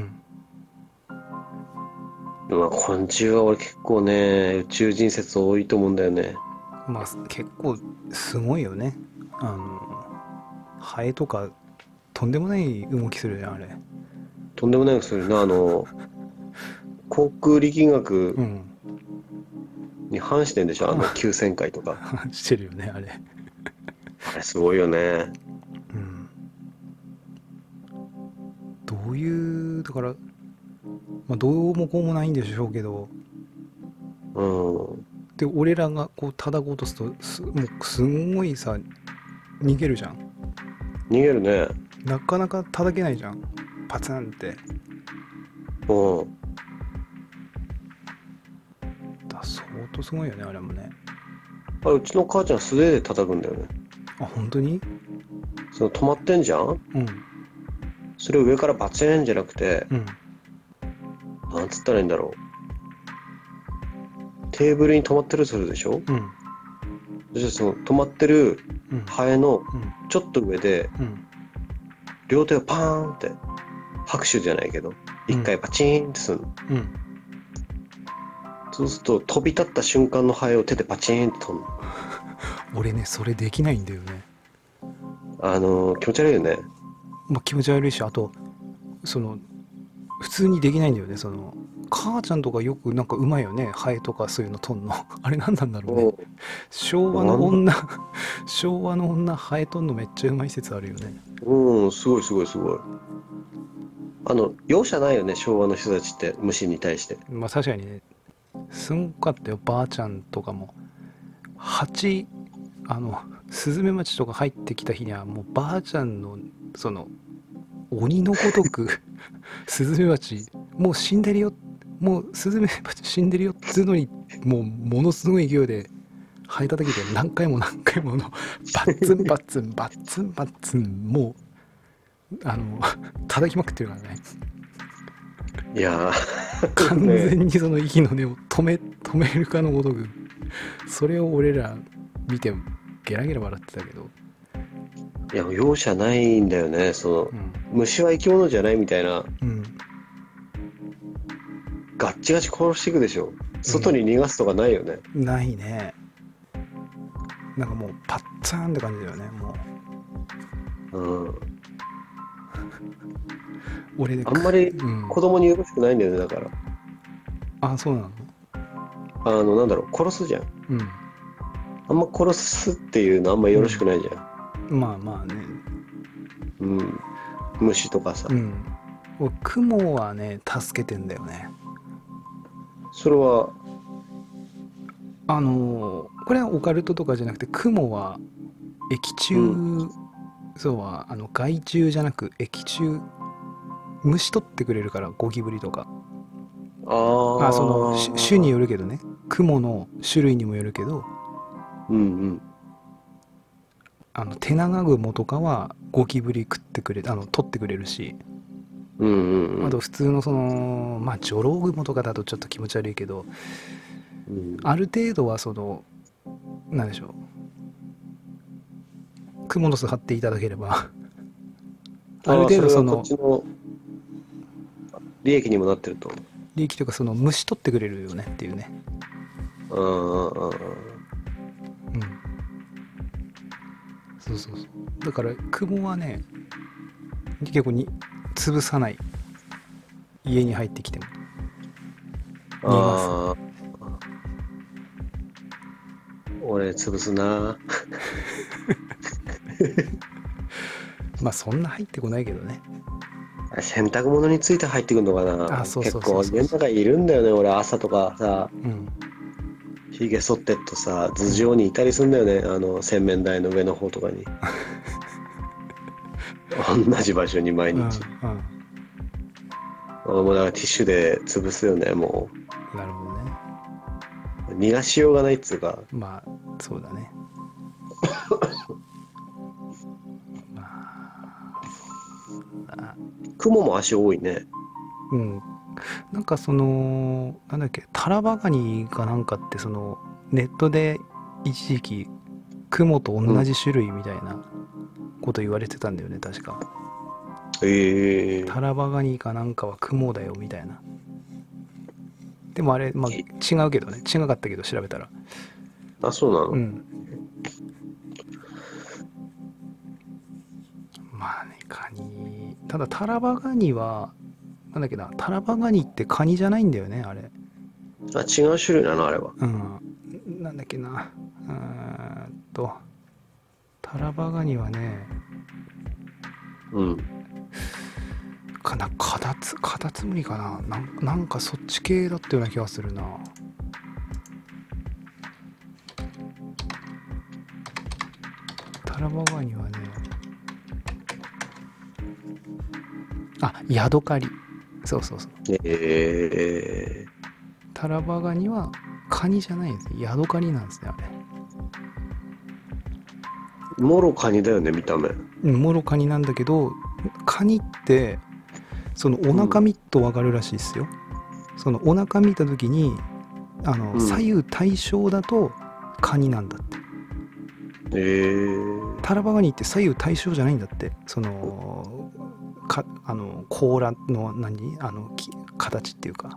B: まあ、昆虫は俺結構ね、宇宙人説多いと思うんだよね。
A: まあ結構すごいよね。あのハエとかとんでもない動きするじゃんあれ。
B: とんでもないですよな、あの、航空力学
A: うん。
B: に反してんでしょ、あの急旋回とか。
A: してるよねあれ。
B: あれすごいよね。
A: うん。どういうだから、まあ、どうもこうもないんでしょうけど、
B: うん。
A: で俺らがこう叩こうとするとすもうすんごいさ逃げるじゃん。
B: 逃げるね。
A: なかなか叩けないじゃん、パツンって。
B: うん。
A: だ相当すごいよねあれもね。
B: あ、うちの母ちゃん素手で叩くんだよね。
A: あ本当に。
B: その止まってんじゃん。
A: うん
B: それを上からバチーンじゃなくて、
A: うん
B: なんつったらいいんだろう。テーブルに止まってるとするでしょ。
A: うん
B: そしてその止まってる
A: うん
B: ハエの
A: うん
B: ちょっと上で、
A: うん
B: 両手をパーンって、拍手じゃないけど、一回パチーンってするの。
A: うん。
B: そうすると飛び立った瞬間のハエを手でパチーンって取るの。
A: 俺ねそれできないんだよね。
B: あのー、気持ち悪いよね。
A: まあ気持ち悪いし、あとその普通にできないんだよね。その母ちゃんとかよくなんかうまいよね、ハエとかそういうの取んの。あれ何なんだろうね。
B: うん。
A: 昭和
B: なんだ。
A: の女昭和の女ハエ取んのめっちゃうまい説あるよね。
B: うん、すごいすごいすごい。あの、容赦ないよね、昭和の人たちって虫に対して。
A: まあ確かにね、すんごかったよ。ばあちゃんとかも蜂、あのスズメバチとか入ってきた日にはもうばあちゃんのその鬼のごとくスズメバチもう死んでるよ、もうスズメバチ死んでるよっつうのに、もうものすごい勢いでハエ叩きで何回も何回ものバッツンバッツンバッツンバッツン、もうあの叩きまくってるからね。
B: いや
A: 完
B: ー、ね。
A: 全にその息の根を止め止めるかのごとく、それを俺ら見てゲラゲラ笑ってたけど、
B: いや、容赦ないんだよね、その、
A: うん
B: 虫は生き物じゃないみたいな、
A: うん
B: ガッチガチ殺していくでしょ。外に逃がすとかないよね。
A: うん、ないね。なんかもうパッツーンって感じだよね。もう
B: うん。
A: 俺で
B: あんまり
A: うん、
B: 子供によろしくないんだよね、だから。
A: あ、そうなの。
B: あの、なんだろう、殺すじゃん。
A: うん
B: あんま殺すっていうのあんまよろしくないじゃん。
A: まあまあね。
B: うん。虫とかさ。
A: うん俺雲はね助けてんだよね。
B: それは、
A: あのーこれはオカルトとかじゃなくて、雲は液中、
B: うん。
A: そうはあの害虫じゃなく液中、虫取ってくれるから、ゴキブリとか。
B: あ
A: あ、その種種に
B: あ、
A: よるけどね、雲の種類にもよるけど、
B: うんうん。
A: あのテナガグモとかはゴキブリ食ってくれ、あの取ってくれるし、
B: うんうんうん。
A: あと普通のそのまあジョロウグモとかだとちょっと気持ち悪いけど、
B: うん、
A: ある程度はそのなんでしょう、クモの巣張っていただければある
B: ああ、それがこっ
A: 程度その
B: ちの利益にもなってると。
A: 利益というか、その虫取ってくれるよねっていうね。
B: うんうんうんうん。
A: うんそうそうそう。だからクモはね結構に潰さない、家に入ってきても逃がす。
B: ああ、俺潰すな。
A: まあそんな入ってこないけどね。
B: 洗濯物について入ってくるのかな。
A: あ、そうそうそう
B: 結構
A: そうそう。
B: 家の中いるんだよね。俺朝とかさ、
A: うん
B: ひげ剃ってっとさ、頭
A: うん
B: 上にいたりすんだよね。あの洗面台の上の方とかに。同じ場所に毎
A: うん
B: 日。
A: うん
B: 俺もだからティッシュで潰すよね。も
A: なるほどね。
B: う逃がしようがないっつうか。
A: まあそうだね。まあ
B: 雲も足多いね。
A: うんなんかそのなんだっけ、タラバガニかなんかって、そのネットで一時期クモと
B: うん。
A: 同じ種類みたいなこと言われてたんだよね、確か。
B: ええ
A: タラバガニかなんかはクモだよみたいな。でもあれ、まあ、
B: ー。
A: 違うけどね、違かったけど調べたら。
B: あ、そうなの。
A: うんまあね、カニ、ただタラバガニはなんだっけな、タラバガニってカニじゃないんだよね、あれ。
B: あ、違う種類なのあれは。
A: うんなんだっけな、うーんとタラバガニはね、
B: うん。
A: かな、カタツカタツムリかな、なんなんかそっち系だったような気がするな。タラバガニはね、あ、ヤドカリ、そうそうそう、
B: ええ
A: タラバガニはカニじゃないんですね、ヤドカリなんですね、あれ。
B: ー。もろカニだよね、見た目。
A: うんもろカニなんだけど、カニってそのお腹
B: うん。
A: 見ると分かるらしいですよ。そのお腹見た時に、あの
B: うん。
A: 左右対称だとカニなんだって。
B: ええー。
A: タラバガニって左右対称じゃないんだって。そのかあの甲羅の何あのき形っていうか、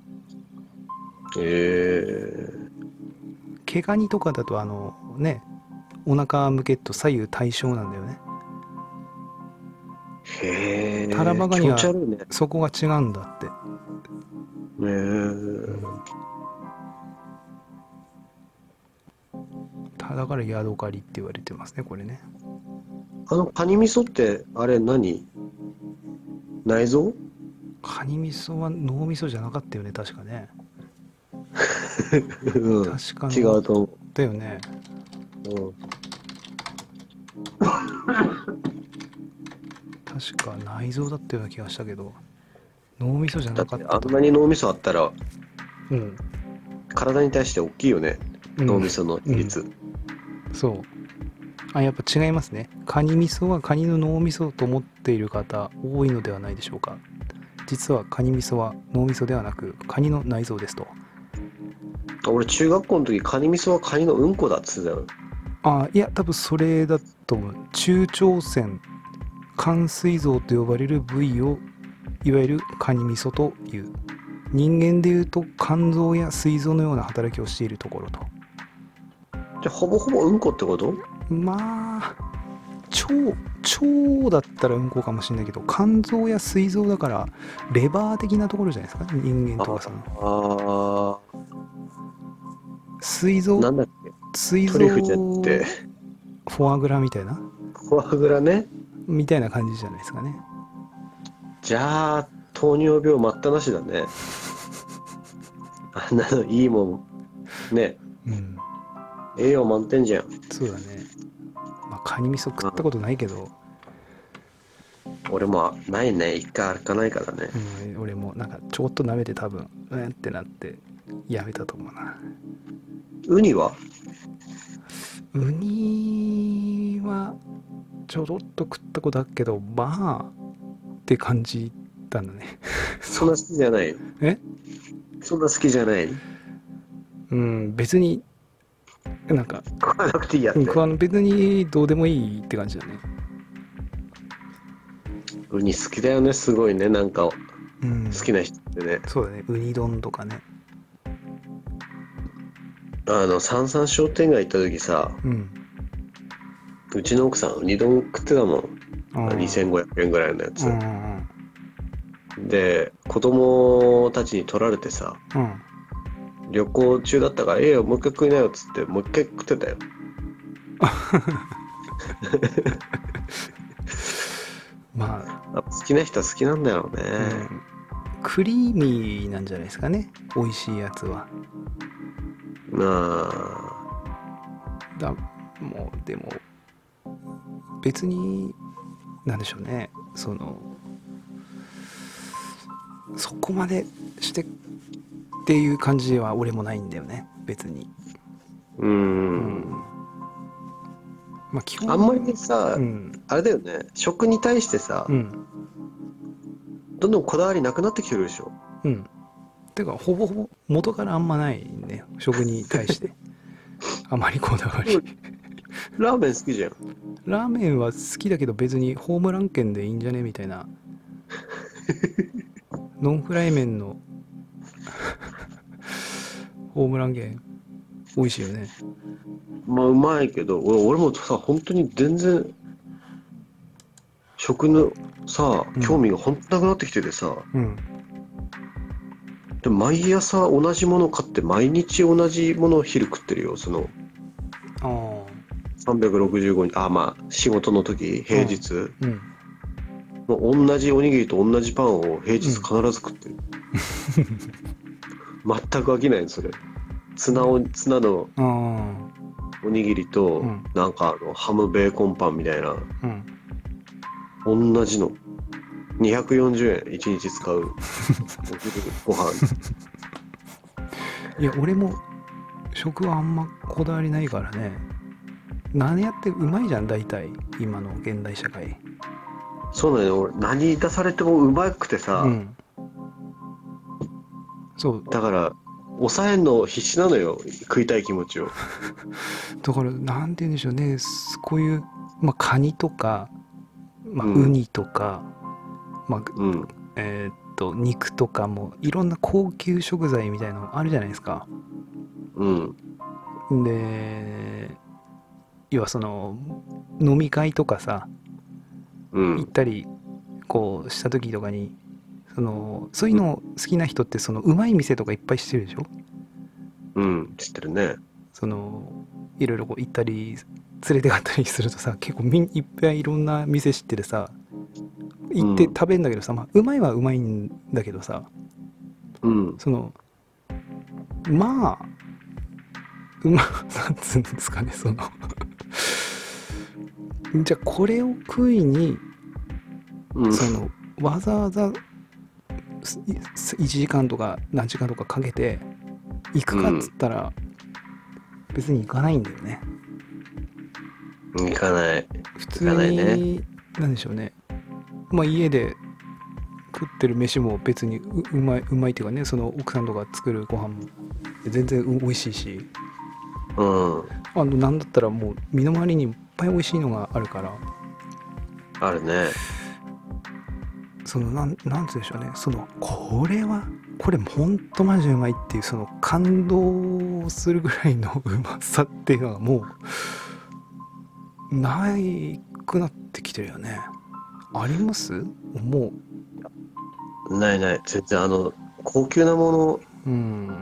B: ええ
A: 毛ガニとかだとあのね、お腹向けると左右対称なんだよね。
B: ー。へ
A: タラ
B: え、気持ち
A: バガニは
B: 悪いね。
A: そこが違うんだって。
B: えー、
A: ただからヤドカリって言われてますね、これね。
B: あのカニ味噌ってあれ何？内臓？
A: カニ味噌は脳味噌じゃなかったよね、確かね。
B: うん、
A: 確か
B: 違
A: 脳
B: うと思
A: だよね。
B: う。うん、
A: 確か内臓だったような気がしたけど、脳みそじゃなかっ
B: だってあ
A: たと思
B: んなに脳みそあったら
A: う。うん。
B: 体に対して大きいよね、
A: うん。
B: 脳みその比率。
A: うん。そう。あ、やっぱ違いますね。カニ味噌はカニの脳みそと思っている方多いのではないでしょうか。実はカニ味噌は脳みそではなくカニの内臓ですと。
B: 俺中学校の時カニ味噌はカニのうんこだっつってたよ。
A: あ、いや、多分それだと思う。中朝鮮肝膵臓と呼ばれる部位をいわゆるカニ味噌という。人間でいうと肝臓や膵臓のような働きをしているところと。
B: じゃあほぼほぼうんこってこと？
A: まあ腸腸だったらうんこかもしれないけど、肝臓や膵臓だからレバー的なところじゃないですか、人間とかその
B: ああ
A: 膵臓。
B: ー、なんだっけ、
A: 膵臓
B: トリュフじゃなくて
A: フォアグラみたいな
B: フォアグラね。
A: みたいな感じじゃないですかね。
B: じゃあ糖尿病待ったなしだね。あんなのいいもんね、
A: うん、
B: 栄養満点じゃん。
A: そうだね。まあカニ味噌食ったことないけど、
B: 俺もないね、一回歩かないからね。
A: うん、俺もなんかちょこっと舐めて多分うんってなってやめたと思うな。
B: ウニは？
A: ウニはちょろっと食ったことあるけど、まあって感じだね。そう。
B: そんな好きじゃない？
A: え
B: そんな好きじゃない？
A: うん、別になんか、
B: 食わなくていいやっ
A: うん、
B: て。
A: あの別にどうでもいいって感じだね。
B: ウニ好きだよね、すごいね、なんか好
A: うん、
B: きな人ってね。
A: そうだね。ウニ丼とかね。
B: あの三々商店街行った時さ、
A: うん。
B: うちの奥さんウニ丼食ってたもん。
A: あ
B: にせんごひゃくえんぐらいのや
A: あ、う
B: つ
A: ん
B: で、子供たちに取られてさ、
A: うんうん。
B: 旅行中だったから、ええよもう一回食いなよっつってもう一回食ってたよ。
A: ま
B: あ、好きな人は好きなんだよね。
A: あ、うん、クリーミーなんじゃないですかね。美味しいやつは。
B: まあ
A: だ、もう、でも、別に、なんでしょうね。その、そこまでしてっていう感じは俺もないんだよね。別に。
B: うー
A: うん。
B: ん、
A: まあ、基本、
B: あんまりさ、
A: うん。
B: あれだよね、食に対してさ、
A: うん。
B: どんどんこだわりなくなってきてるでしょ。
A: うん。てか、ほぼほぼ元からあんまないね。食に対して。あまりこだわり。
B: でもラーメン好きじゃん。
A: ラーメンは好きだけど別にホームラン圏でいいんじゃねみたいな。ノンフライ麺のホームラン圏美味しいよね。
B: まあうまいけど、俺俺もさ、本当に全然食のさ、
A: うん。
B: 興味が本当なくなってきててさ、
A: うん。
B: でも毎朝同じもの買って毎日同じものを昼食ってるよ。その
A: ああ。
B: さんびゃくろくじゅうごにち、あ、まあ仕事の時、
A: うん。
B: 平日、
A: うん。
B: もう同じおにぎりと同じパンを平日必
A: うん。
B: ず食ってる。全く飽きないの、それ。ツナを、ツナの
A: ああ。
B: おにぎりと、
A: うん。
B: なんかあのハムベーコンパンみたいな、
A: うん。
B: 同じの。にひゃくよんじゅうえんいちにち使う。お昼ご飯。
A: いや、俺も食はあんまこだわりないからね。何やってうまいじゃん、大体。今の現代社会。
B: そうなのよ。俺何出されてもうまくてさ、
A: うん。そう。
B: だから、抑えんの必死なのよ。食いたい気持ちを。
A: だから、なんて言うんでしょうね。こういう、まあ、カニとか、まあ、ウ
B: うん。
A: ニとか、まあ、
B: うん。
A: えーっと、肉とかも、いろんな高級食材みたいなのあるじゃないですか。
B: うん。
A: で、要はその、飲み会とかさ、
B: うん。
A: 行ったり、こう、した時とかに、 そのそういうの好きな人ってそのうまい店とかいっぱい知ってるでしょ。
B: うん知ってるね。
A: そのいろいろこう行ったり連れてかったりするとさ、結構みんいっぱいいろんな店知っててさ、行って食べるんだけどさ、まあ、うまいはうまいんだけどさ、
B: うん
A: そのまあうまなんつうんですかね、そのじゃあこれを食いに
B: うん
A: そのわざわざいちじかんとか何時間とかかけて行くかっつったら別に行かないんだよね。
B: うん行かない
A: 普通
B: 行かないね。
A: に何でしょうね、まあ家で食ってる飯も別に う, うまいうまいっていうかね、その奥さんとか作るご飯も全然美味しいし、
B: うん
A: あのなんだったらもう身の回りにいっぱい美味しいのがあるから、
B: あるね。
A: そのなんなんつうんでしょうね、そのこれはこれほんとマジでうまいっていうその感動するぐらいのうまさっていうのはもうないくなってきてるよね。あります？も
B: ないない全然あの高級なもの。
A: う、うん、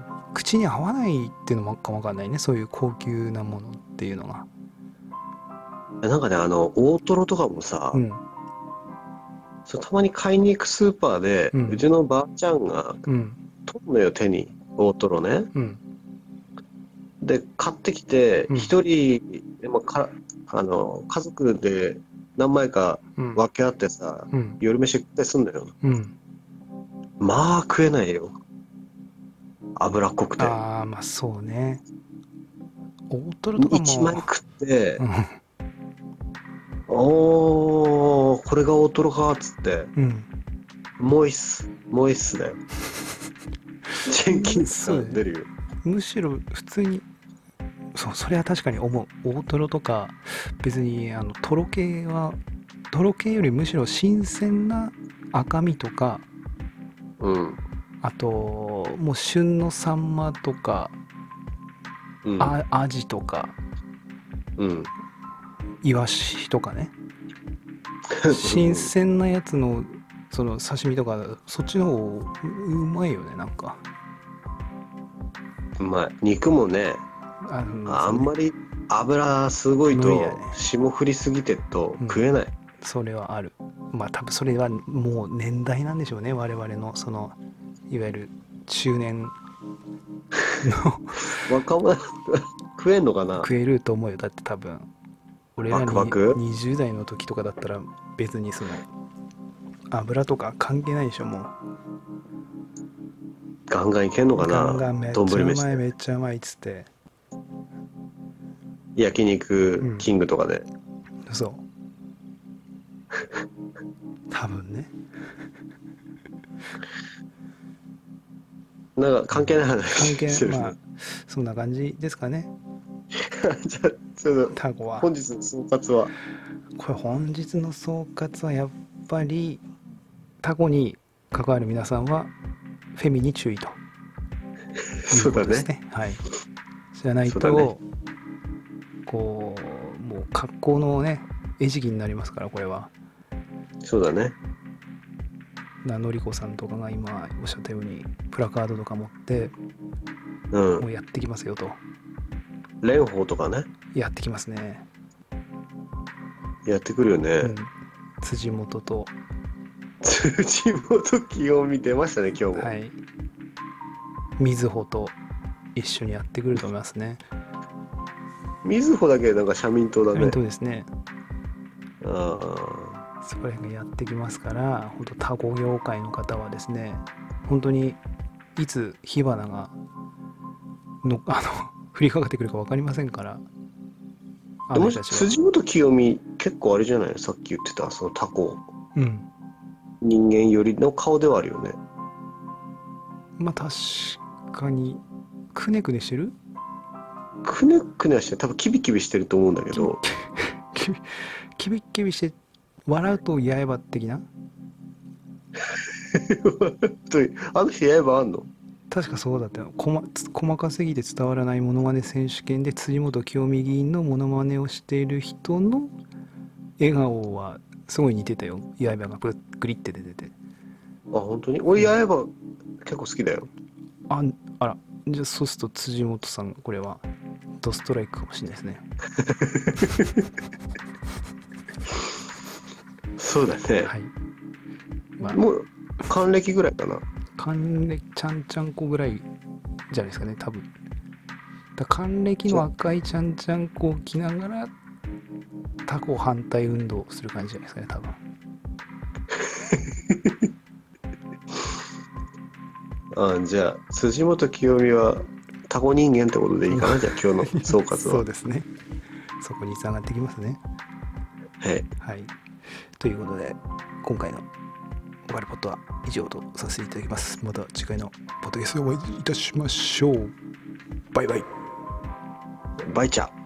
A: 口に合わないっていうのもかもわかんないね、そういう高級なものっていうのが。
B: なんかねあの大トロとかもさ、
A: うん
B: そうたまに買いに行くスーパーで、
A: う
B: うんちのばあちゃんが
A: うん
B: 取んのよ手に大トロね。
A: うん
B: で買ってきて
A: うん
B: 一人でもかあの家族で何枚か
A: うん
B: 分け合ってさ、
A: うん
B: 夜飯食ったりすんだよ。
A: うん
B: まあ食えないよ、脂っこくて。
A: ああまあそうね、大トロとかも
B: 一枚食って
A: うん
B: おーこれが大トロかっつって
A: うん
B: もういっすもういっすだよ。ジェンキンス
A: そうだね、
B: 感出るよ。
A: むしろ普通に、そうそれは確かに思う。大トロとか別にあのトロ系はトロ系よりむしろ新鮮な赤身とか、
B: うん
A: あともう旬のサンマとか、
B: うん
A: あアジとか
B: うん
A: イワシとかね、新鮮なやつのその刺身とかそっちの方ううまいよね、なんか。
B: うまい。肉もね
A: あの
B: あんまり油すごいと
A: 無理だね、
B: 霜降りすぎてると
A: うん
B: 食えない。
A: それはある。まあ多分それはもう年代なんでしょうね、我々のそのいわゆる中年の
B: 若者食えんのかな。
A: 食えると思うよ。だって多分俺ら
B: バク
A: に
B: バク
A: にじゅう代の時とかだったら別にその油とか関係ないでしょ、もう。
B: ガンガンいけんのか
A: ガン
B: な。
A: ガンめっ
B: 丼
A: ちゃう
B: 飯で
A: まいめっちゃうまいっつって。
B: 焼肉キングとかで、
A: そう多分ね。
B: なんか関係ない
A: 関
B: 話
A: 係
B: してるね。
A: まあそんな感じですかね、
B: じゃあちょっと
A: タコは。
B: 本日の総括は。
A: これ本日の総括はやっぱりタコに関わる皆さんはフェミに注意ということですね。はい。じゃないと、
B: そうだね
A: こうもう格好のね餌食になりますから、これは。
B: そうだね。
A: なのりこさんとかが今おっしゃったようにプラカードとか持って
B: うん
A: もうやってきますよと。
B: 蓮舫とかね
A: やってきますね。
B: やってくるよね、
A: うん、辻元と、
B: 辻元清美出ましたね今日も、
A: はい、みずほと一緒にやってくると思いますね。
B: みずほだけなんか社民党だね。
A: 本当ですね。
B: あ
A: そこら辺がやってきますから、本当タコ業界の方はですね、本当にいつ火花がのあの降りかかってくるか分かりませんから。
B: あでも辻元清美結構あれじゃない、さっき言ってたそのタコ、
A: うん、
B: 人間寄りの顔ではあるよね。
A: まあ確かにくねくねしてる、
B: くねくねはして多分キビキビしてると思うんだけど
A: キビキビキビして笑うと八重歯的な。
B: あの日やえばあんの。
A: 確かそうだったよ。細細かすぎて伝わらないモノマネ選手権で辻元清美議員のモノマネをしている人の笑顔はすごい似てたよ。八重歯がグリって出てて。
B: 本当に俺やれば結構好きだよ。
A: あ、あら、じゃあそうすると辻元さん、これはドストライクかもしれないですね。
B: そうだね。
A: はい。まあ、
B: もう還暦ぐらいかな。
A: 還暦ちゃんちゃんこぐらいじゃないですかね、多分。だ還暦の赤いちゃんちゃんこを着ながらタコ反対運動をする感じじゃないですかね、多分。
B: あじゃあ辻元清美はタコ人間ってことでいいかなじゃあ今日の総括は。
A: そうですね。そこに繋がってきますね。
B: はい。
A: はい。ということで今回のオカルポットは以上とさせていただきます。また次回のポッドキャストでお会いいたしましょう。バイバイ。
B: バイチャー。